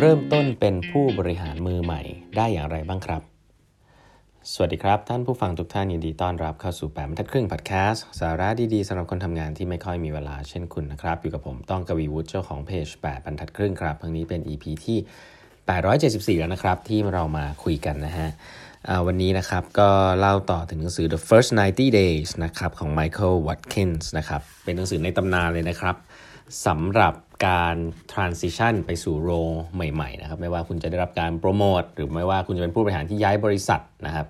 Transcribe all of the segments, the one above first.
เริ่มต้นเป็นผู้บริหารมือใหม่ได้อย่างไรบ้างครับสวัสดีครับท่านผู้ฟังทุกท่านยินดีต้อนรับเข้าสู่8บรรทัดครึ่งพอดแคสต์สาระดีๆสำหรับคนทำงานที่ไม่ค่อยมีเวลาเช่นคุณนะครับอยู่กับผมต้องกวีวุฒิเจ้าของเพจ8บรรทัดครึ่งครับครั้งนี้เป็น EP ที่874แล้วนะครับที่เรามาคุยกันนะฮะวันนี้นะครับก็เล่าต่อถึงหนังสือ The First 90 Days นะครับของ Michael Watkins นะครับเป็นหนังสือในตำนานเลยนะครับสำหรับการ transition ไปสู่โรลใหม่ๆนะครับไม่ว่าคุณจะได้รับการโปรโมทหรือไม่ว่าคุณจะเป็นผู้บริหารที่ย้ายบริษัทนะครับ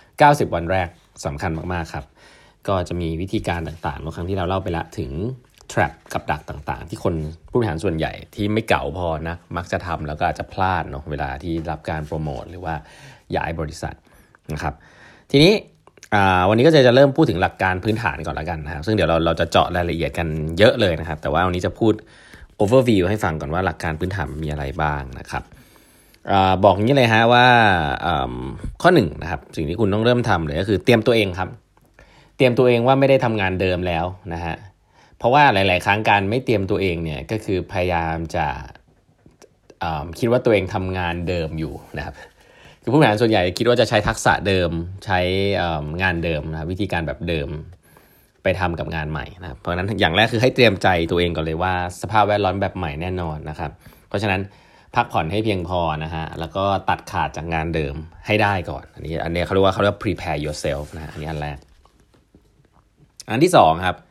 90 วันแรกสำคัญมากๆครับก็จะมีวิธีการต่างๆเมื่อครั้งที่เราเล่าไปละถึง trap กับดักต่างๆที่คนผู้บริหารส่วนใหญ่ที่ไม่เก่าพอนะมักจะทำแล้วก็อาจจะพลาดเนาะเวลาที่รับการโปรโมทหรือว่าย้ายบริษัทนะครับทีนี้วันนี้ก็จะเริ่มพูดถึงหลักการพื้นฐานก่อนละกันนะครับซึ่งเดี๋ยวเราจะเจาะรายละเอียดกันเยอะเลยนะครับแต่ว่าวันนี้จะพูด overview ให้ฟังก่อนว่าหลักการพื้นฐานมีอะไรบ้างนะครับบอกอย่างนี้เลยฮะว่าข้อ1นะครับสิ่งที่คุณต้องเริ่มทำเลยก็คือเตรียมตัวเองครับเตรียมตัวเองว่าไม่ได้ทำงานเดิมแล้วนะฮะเพราะว่าหลายๆครั้งการไม่เตรียมตัวเองเนี่ยก็คือพยายามจะคิดว่าตัวเองทำงานเดิมอยู่นะครับคือผู้บริหารส่วนใหญ่คิดว่าจะใช้ทักษะเดิมใช้งานเดิมนะวิธีการแบบเดิมไปทำกับงานใหม่นะครับเพราะฉะนั้นอย่างแรกคือให้เตรียมใจตัวเองก่อนเลยว่าสภาพแวดล้อมแบบใหม่แน่นอนนะครับเพราะฉะนั้นพักผ่อนให้เพียงพอนะฮะแล้วก็ตัดขาดจากงานเดิมให้ได้ก่อนอันนี้เขาเรียกว่า prepare yourself นะอันนี้อันแรกอันที่2ครับ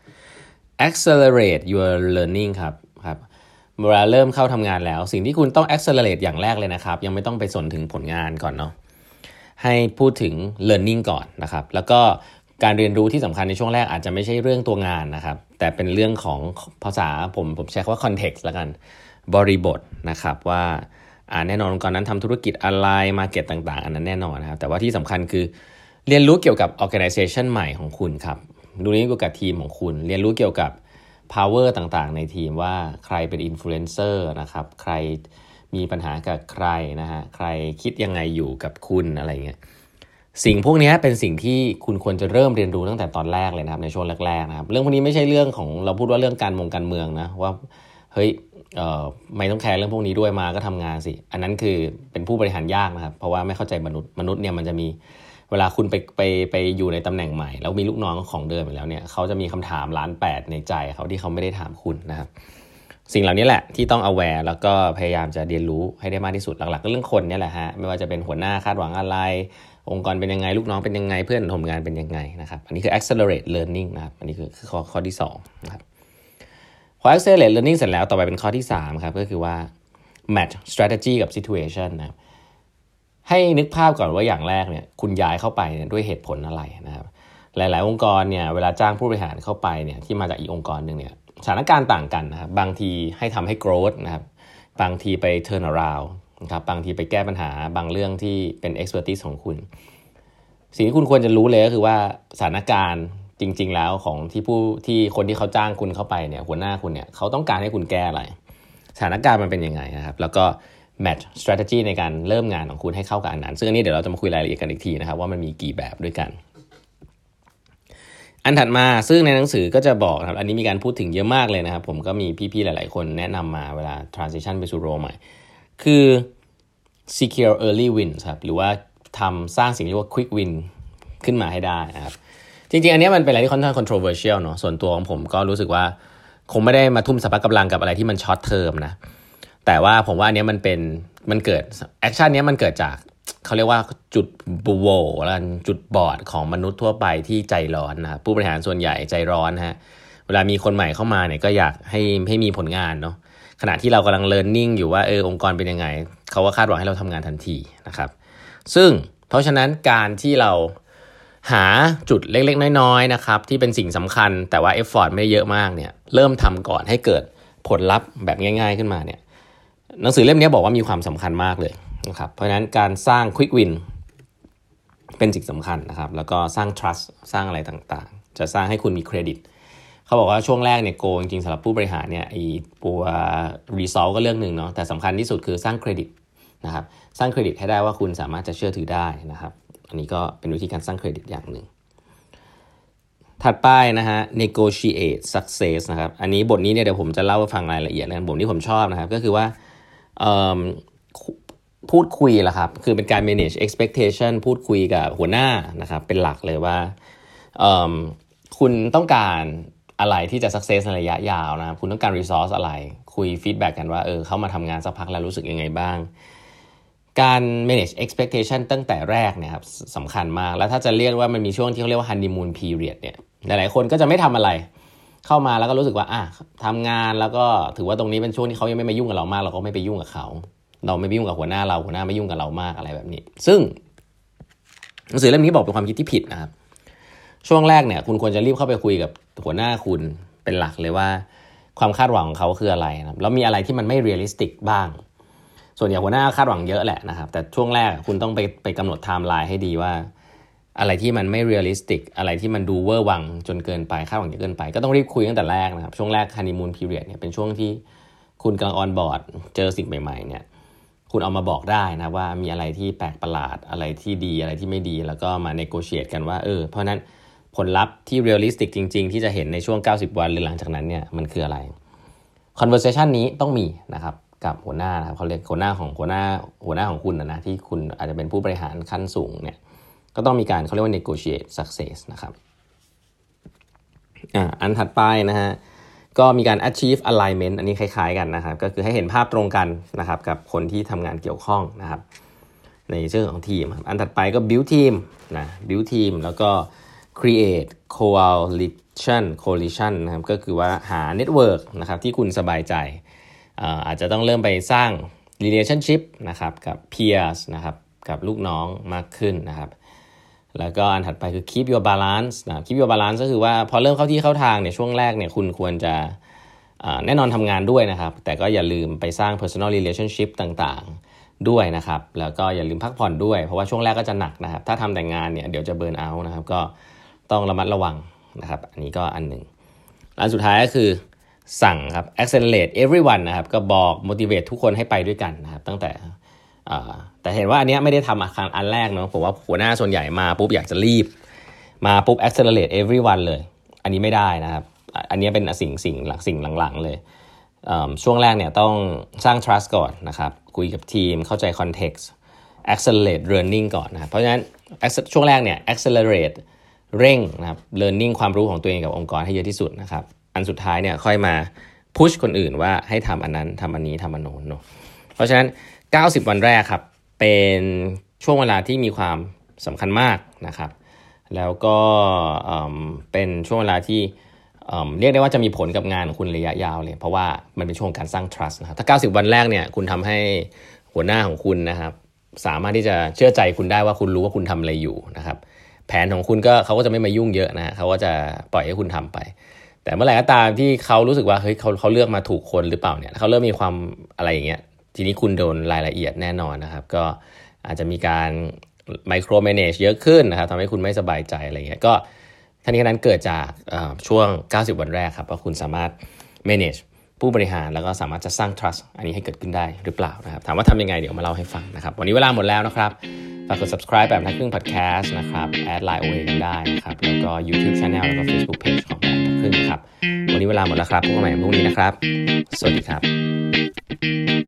accelerate your learning ครับเวลาเริ่มเข้าทำงานแล้วสิ่งที่คุณต้อง accelerate อย่างแรกเลยนะครับยังไม่ต้องไปสนถึงผลงานก่อนเนาะให้พูดถึง learning ก่อนนะครับแล้วก็การเรียนรู้ที่สำคัญในช่วงแรกอาจจะไม่ใช่เรื่องตัวงานนะครับแต่เป็นเรื่องของภาษาผมใช้คำว่า context ละกันบริบทนะครับว่าแน่นอนองค์กรนั้นทำธุรกิจอะไร market ต่างๆอันนั้นแน่นอนนะครับแต่ว่าที่สำคัญคือเรียนรู้เกี่ยวกับ organization ใหม่ของคุณครับดูเกี่ยวกับทีมของคุณเรียนรู้เกี่ยวกับ power ต่างๆในทีมว่าใครเป็น influencer นะครับใครมีปัญหากับใครนะฮะใครคิดยังไงอยู่กับคุณอะไรเงี้ยสิ่งพวกนี้เป็นสิ่งที่คุณควรจะเริ่มเรียนรู้ตั้งแต่ตอนแรกเลยนะครับในช่วงแรกๆนะครับเรื่องพวกนี้ไม่ใช่เรื่องของเราพูดว่าเรื่องการเมืองนะว่าเฮ้ยไม่ต้องแคร์เรื่องพวกนี้ด้วยมาก็ทำงานสิอันนั้นคือเป็นผู้บริหารยากนะครับเพราะว่าไม่เข้าใจมนุษย์เนี่ยมันจะมีเวลาคุณไปอยู่ในตำแหน่งใหม่แล้วมีลูกน้องของเดิมอยู่แล้วเนี่ยเขาจะมีคำถาม1,800,000ในใจเขาที่เขาไม่ได้ถามคุณนะครับสิ่งเหล่านี้แหละที่ต้อง aware แล้วก็พยายามจะเรียนรู้ให้ได้มากที่สุดหลักๆก็เรื่องคนเนี่ยแหละฮะไม่ว่าจะเป็นหัวหน้าคาดหวังอะไรองค์กรเป็นยังไงลูกน้องเป็นยังไงเพื่อนร่วมงานเป็นยังไงนะครับอันนี้คือ accelerate learning นะครับอันนี้คือข้อที่2นะครับพอ accelerate learning เสร็จแล้วต่อไปเป็นข้อที่3ครับก็คือว่า match strategy กับ situation นะครับให้นึกภาพก่อนว่าอย่างแรกเนี่ยคุณย้ายเข้าไปด้วยเหตุผลอะไรนะครับหลายๆองค์กรเนี่ยเวลาจ้างผู้บริหารเข้าไปเนี่ยที่มาจากอีกองค์กรนึงเนี่ยสถานการณ์ต่างกันนะครับบางทีให้ทำให้ growth นะครับบางทีไป turn around นะครับบางทีไปแก้ปัญหาบางเรื่องที่เป็น expertise ของคุณสิ่งที่คุณควรจะรู้เลยก็คือว่าสถานการณ์จริงๆแล้วของที่คนที่เขาจ้างคุณเข้าไปเนี่ยหัวหน้าคุณเนี่ยเขาต้องการให้คุณแก้อะไรสถานการณ์มันเป็นยังไงนะครับแล้วก็ match strategy ในการเริ่มงานของคุณให้เข้ากับอันนั้นซึ่งอันนี้เดี๋ยวเราจะมาคุยรายละเอียดกันอีกทีนะครับว่ามันมีกี่แบบด้วยกันอันถัดมาซึ่งในหนังสือก็จะบอกนะครับอันนี้มีการพูดถึงเยอะมากเลยนะครับผมก็มีพี่ๆหลายๆคนแนะนำมาเวลา transition ไปสู่โรใหม่คือ secure early wins ครับหรือว่าสร้างสิ่งที่เรียกว่า quick win ขึ้นมาให้ได้นะครับจริงๆอันนี้มันเป็นอะไรที่ค่อนข้าง controversial เนาะส่วนตัวของผมก็รู้สึกว่าคงไม่ได้มาทุ่มสรรพกำลังกับอะไรที่มัน short term นะแต่ว่าผมว่าอันนี้มันเกิด action นี้มันเกิดจากเขาเรียกว่าจุดโหว่และจุดบอดของมนุษย์ทั่วไปที่ใจร้อนนะผู้บริหารส่วนใหญ่ใจร้อนฮะเวลามีคนใหม่เข้ามาเนี่ยก็อยากให้มีผลงานเนาะขณะที่เรากำลัง learning อยู่ว่าองค์กรเป็นยังไงเขาก็คาดหวังให้เราทำงานทันทีนะครับซึ่งเพราะฉะนั้นการที่เราหาจุดเล็กๆน้อยๆนะครับที่เป็นสิ่งสำคัญแต่ว่า effort ไม่เยอะมากเนี่ยเริ่มทำก่อนให้เกิดผลลัพธ์แบบง่ายๆขึ้นมาเนี่ยหนังสือเล่มนี้บอกว่ามีความสำคัญมากเลยนะครับเพราะฉะนั้นการสร้าง quick win เป็นสิ่งสำคัญนะครับแล้วก็สร้าง trust สร้างอะไรต่างๆจะสร้างให้คุณมีเครดิตเขาบอกว่าช่วงแรกเนี่ยโกจริงๆสำหรับผู้บริหารเนี่ยตัว result ก็เรื่องนึงเนาะแต่สำคัญที่สุดคือสร้างเครดิตนะครับสร้างเครดิตให้ได้ว่าคุณสามารถจะเชื่อถือได้นะครับอันนี้ก็เป็นวิธีการสร้างเครดิตอย่างหนึ่งถัดไปนะฮะ negotiate success นะครับอันนี้บทนี้เนี่ยเดี๋ยวผมจะเล่าให้ฟังรายละเอียดแล้วบทที่ผมชอบนะครับก็คือว่าพูดคุยละครับคือเป็นการ manage expectation พูดคุยกับหัวหน้านะครับเป็นหลักเลยว่าคุณต้องการอะไรที่จะ success ในระยะยาวนะคุณต้องการ resource อะไรคุย feedback กันว่าเขามาทำงานสักพักแล้วรู้สึกยังไงบ้างการ manage expectation ตั้งแต่แรกเนี่ยครับสำคัญมากแล้วถ้าจะเรียกว่ามันมีช่วงที่เขาเรียกว่า honeymoon period เนี่ยหลายๆคนก็จะไม่ทำอะไรเข้ามาแล้วก็รู้สึกว่าทำงานแล้วก็ถือว่าตรงนี้เป็นช่วงที่เขายังไม่มายุ่งกับเรามากเราก็ไม่ไปยุ่งกับเขาเราไม่ยุ่งกับหัวหน้าเราหัวหน้าไม่ยุ่งกับเรามากอะไรแบบนี้ซึ่งหนังสือเล่มนี้บอกเป็นความคิดที่ผิดนะครับช่วงแรกเนี่ยคุณควรจะรีบเข้าไปคุยกับหัวหน้าคุณเป็นหลักเลยว่าความคาดหวังของเขาคืออะไรนะแล้วมีอะไรที่มันไม่เรียลลิสติกบ้างส่วนใหญ่หัวหน้าคาดหวังเยอะแหละนะครับแต่ช่วงแรกคุณต้องไปกำหนดไทม์ไลน์ให้ดีว่าอะไรที่มันไม่เรียลลิสติกอะไรที่มันดูเวอร์วังจนเกินไปคาดหวังเยอะเกินไปก็ต้องรีบคุยตั้งแต่แรกนะครับช่วงแรกฮันนีมูนพีเรียดเนี่ยเป็นช่วงที่คุณกำลังออนบอร์ดเจอสิ่งใหม่ๆเนี่ยคุณเอามาบอกได้นะว่ามีอะไรที่แปลกประหลาดอะไรที่ดีอะไรที่ไม่ดีแล้วก็มาเนโกเชียตกันว่าเพราะนั้นผลลัพธ์ที่เรียลลิสติกจริงๆที่จะเห็นในช่วง90วันหรือหลังจากนั้นเนี่ยมันคืออะไร conversation นี้ต้องมีนะครับกับหัวหน้านะครับเขาเรียกหัวหน้าของคุณนะที่คุณอาจจะเป็นผู้บริหารขั้นสูงเนี่ยก็ต้องมีการเขาเรียกว่า negotiate success นะครับอันถัดไปนะฮะก็มีการ achieve alignment อันนี้คล้ายๆกันนะครับก็คือให้เห็นภาพตรงกันนะครับกับคนที่ทำงานเกี่ยวข้องนะครับในเรื่องของทีมอันถัดไปก็ build team นะ build team แล้วก็ create coalition นะครับก็คือว่าหา network นะครับที่คุณสบายใจอาจจะต้องเริ่มไปสร้าง relationship นะครับกับ peers นะครับกับลูกน้องมากขึ้นนะครับแล้วก็อันถัดไปคือ keep your balance นะ keep your balance ก็คือว่าพอเริ่มเข้าที่เข้าทางเนี่ยช่วงแรกเนี่ยคุณควรจะแน่นอนทำงานด้วยนะครับแต่ก็อย่าลืมไปสร้าง personal relationship ต่างๆด้วยนะครับแล้วก็อย่าลืมพักผ่อนด้วยเพราะว่าช่วงแรกก็จะหนักนะครับถ้าทำแต่งานเนี่ยเดี๋ยวจะเบิร์นเอาท์นะครับก็ต้องระมัดระวังนะครับอันนี้ก็อันหนึ่งอันสุดท้ายก็คือสั่งครับ accelerate everyone นะครับก็บอก motivate ทุกคนให้ไปด้วยกันนะครับตั้งแต่เห็นว่าอันนี้ไม่ได้ทำอันแรกเนาะผมว่าหัวหน้าส่วนใหญ่มาปุ๊บอยากจะรีบมาปุ๊บ accelerate everyone เลยอันนี้ไม่ได้นะครับอันนี้เป็นสิ่งหลังๆเลยช่วงแรกเนี่ยต้องสร้าง trust ก่อนนะครับคุยกับทีมเข้าใจ context accelerate learning ก่อนนะครับเพราะฉะนั้นช่วงแรกเนี่ย accelerate เร่งนะครับ learning ความรู้ของตัวเองกับองค์กรให้เยอะที่สุดนะครับอันสุดท้ายเนี่ยค่อยมา push คนอื่นว่าให้ทำอันนั้นทำอันนี้ทำอันโน้นเนาะเพราะฉะนั้น90วันแรกครับเป็นช่วงเวลาที่มีความสำคัญมากนะครับแล้วก็เป็นช่วงเวลาที่เรียกได้ว่าจะมีผลกับงานของคุณระยะยาวเลยเพราะว่ามันเป็นช่วงการสร้าง trust นะครับถ้า90วันแรกเนี่ยคุณทำให้หัวหน้าของคุณนะครับสามารถที่จะเชื่อใจคุณได้ว่าคุณรู้ว่าคุณทำอะไรอยู่นะครับแผนของคุณก็เขาก็จะไม่มายุ่งเยอะนะเขาก็จะปล่อยให้คุณทำไปแต่เมื่อไหร่ก็ตามที่เขารู้สึกว่าเฮ้ยเขาเลือกมาถูกคนหรือเปล่าเนี่ยเขาเริ่มมีความอะไรอย่างเงี้ยทีนี้คุณโดนรายละเอียดแน่นอนนะครับก็อาจจะมีการไมโครแมเนจเยอะขึ้นนะครับทำให้คุณไม่สบายใจอะไรเงี้ยก็ทั้งนี้นั้นเกิดจากช่วง90วันแรกครับว่าคุณสามารถ manage ผู้บริหารแล้วก็สามารถจะสร้าง trust อันนี้ให้เกิดขึ้นได้หรือเปล่านะครับถามว่าทำยังไงเดี๋ยวมาเล่าให้ฟังนะครับวันนี้เวลาหมดแล้วนะครับฝากกด subscribe แบบทักครึ่ง podcast นะครับ add line OA กันได้นะครับแล้วก็ YouTube channel แล้วก็ Facebook page ของแบบทักครึ่งครับวันนี้เวลาหมดแล้วครับพบกันใหม่พรุ่งนี้นะครับสวัสดีครับ